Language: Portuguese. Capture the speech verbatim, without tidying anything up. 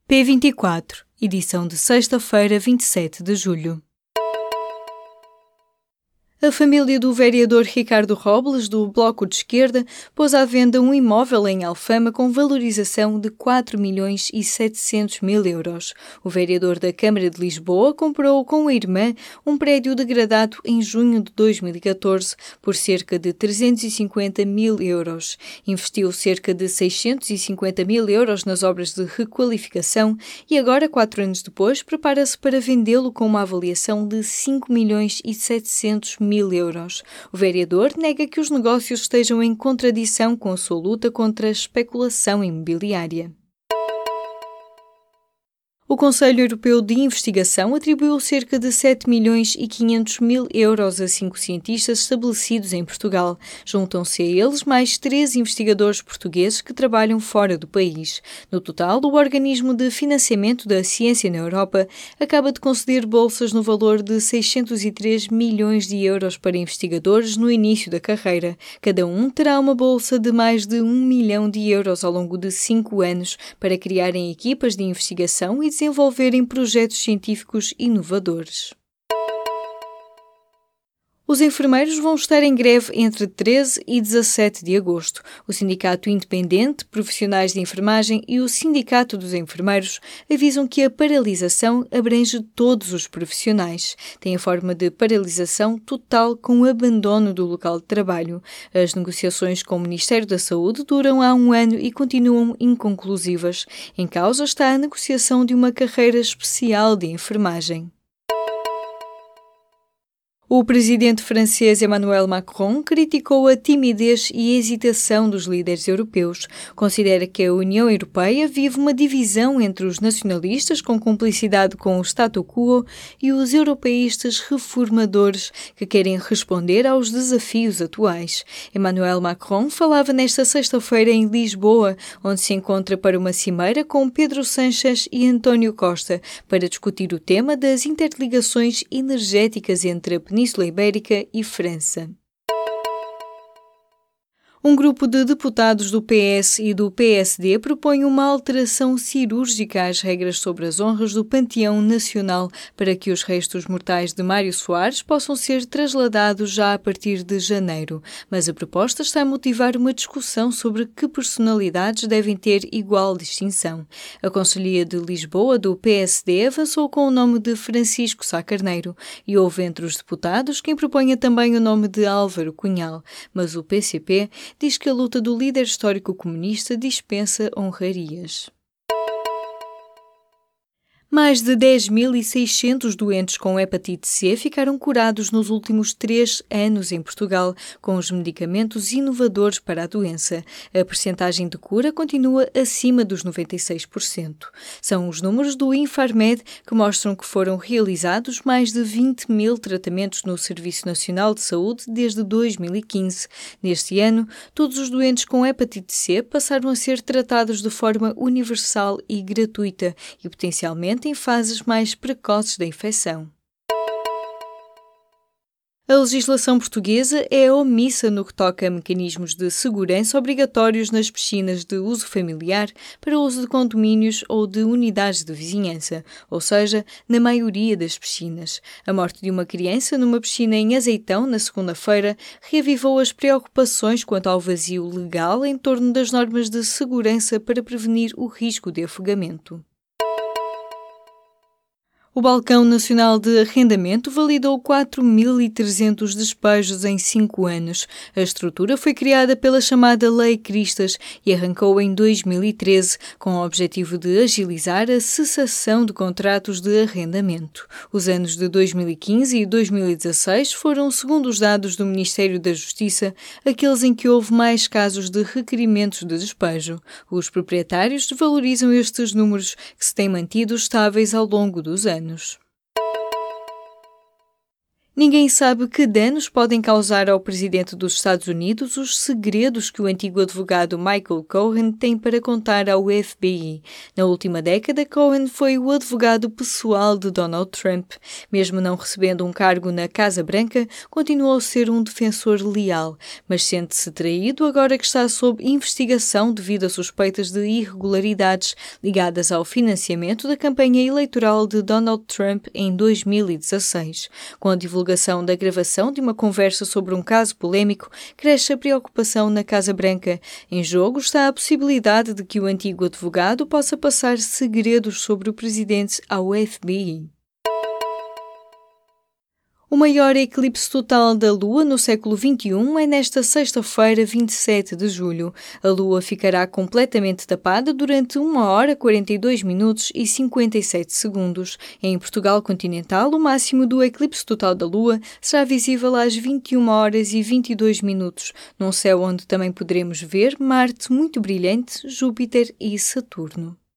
P vinte e quatro, edição de sexta-feira, vinte e sete de julho. A família do vereador Ricardo Robles, do Bloco de Esquerda, pôs à venda um imóvel em Alfama com valorização de quatro milhões e setecentos mil euros. O vereador da Câmara de Lisboa comprou com a irmã um prédio degradado em junho de dois mil e catorze por cerca de trezentos e cinquenta mil euros. Investiu cerca de seiscentos e cinquenta mil euros nas obras de requalificação e agora, quatro anos depois, prepara-se para vendê-lo com uma avaliação de cinco milhões e setecentos mil euros. O vereador nega que os negócios estejam em contradição com a sua luta contra a especulação imobiliária. O Conselho Europeu de Investigação atribuiu cerca de sete milhões e quinhentos mil euros a cinco cientistas estabelecidos em Portugal. Juntam-se a eles mais três investigadores portugueses que trabalham fora do país. No total, o Organismo de Financiamento da Ciência na Europa acaba de conceder bolsas no valor de seiscentos e três milhões de euros para investigadores no início da carreira. Cada um terá uma bolsa de mais de um milhão de euros ao longo de cinco anos para criarem equipas de investigação e desenvolverem projetos científicos inovadores. Os enfermeiros vão estar em greve entre treze e dezassete de agosto. O Sindicato Independente, Profissionais de Enfermagem e o Sindicato dos Enfermeiros avisam que a paralisação abrange todos os profissionais. Tem a forma de paralisação total com o abandono do local de trabalho. As negociações com o Ministério da Saúde duram há um ano e continuam inconclusivas. Em causa está a negociação de uma carreira especial de enfermagem. O presidente francês Emmanuel Macron criticou a timidez e hesitação dos líderes europeus. Considera que a União Europeia vive uma divisão entre os nacionalistas, com cumplicidade com o statu quo, e os europeístas reformadores, que querem responder aos desafios atuais. Emmanuel Macron falava nesta sexta-feira em Lisboa, onde se encontra para uma cimeira com Pedro Sánchez e António Costa, para discutir o tema das interligações energéticas entre a Península Ibérica e França. Um grupo de deputados do P S e do P S D propõe uma alteração cirúrgica às regras sobre as honras do Panteão Nacional para que os restos mortais de Mário Soares possam ser trasladados já a partir de janeiro. Mas a proposta está a motivar uma discussão sobre que personalidades devem ter igual distinção. A Conselhia de Lisboa do P S D avançou com o nome de Francisco Sá Carneiro e houve entre os deputados quem proponha também o nome de Álvaro Cunhal, mas o P C P diz que a luta do líder histórico comunista dispensa honrarias. Mais de dez mil e seiscentos doentes com hepatite C ficaram curados nos últimos três anos em Portugal, com os medicamentos inovadores para a doença. A percentagem de cura continua acima dos noventa e seis por cento. São os números do Infarmed que mostram que foram realizados mais de vinte mil tratamentos no Serviço Nacional de Saúde desde dois mil e quinze. Neste ano, todos os doentes com hepatite C passaram a ser tratados de forma universal e gratuita e potencialmente em fases mais precoces da infecção. A legislação portuguesa é omissa no que toca a mecanismos de segurança obrigatórios nas piscinas de uso familiar para uso de condomínios ou de unidades de vizinhança, ou seja, na maioria das piscinas. A morte de uma criança numa piscina em Azeitão, na segunda-feira, reavivou as preocupações quanto ao vazio legal em torno das normas de segurança para prevenir o risco de afogamento. O Balcão Nacional de Arrendamento validou quatro mil e trezentos despejos em cinco anos. A estrutura foi criada pela chamada Lei Cristas e arrancou em dois mil e treze, com o objetivo de agilizar a cessação de contratos de arrendamento. Os anos de dois mil e quinze e dois mil e dezasseis foram, segundo os dados do Ministério da Justiça, aqueles em que houve mais casos de requerimentos de despejo. Os proprietários valorizam estes números, que se têm mantido estáveis ao longo dos anos. Ninguém sabe que danos podem causar ao presidente dos Estados Unidos os segredos que o antigo advogado Michael Cohen tem para contar ao F B I. Na última década, Cohen foi o advogado pessoal de Donald Trump. Mesmo não recebendo um cargo na Casa Branca, continuou a ser um defensor leal, mas sente-se traído agora que está sob investigação devido a suspeitas de irregularidades ligadas ao financiamento da campanha eleitoral de Donald Trump em dois mil e dezasseis. Com a divulgação da gravação de uma conversa sobre um caso polémico, cresce a preocupação na Casa Branca. Em jogo está a possibilidade de que o antigo advogado possa passar segredos sobre o presidente ao F B I. O maior eclipse total da Lua no século vinte e um é nesta sexta-feira, vinte e sete de julho. A Lua ficará completamente tapada durante uma hora, quarenta e dois minutos e cinquenta e sete segundos. Em Portugal continental, o máximo do eclipse total da Lua será visível às vinte e uma horas e vinte e dois minutos, num céu onde também poderemos ver Marte muito brilhante, Júpiter e Saturno.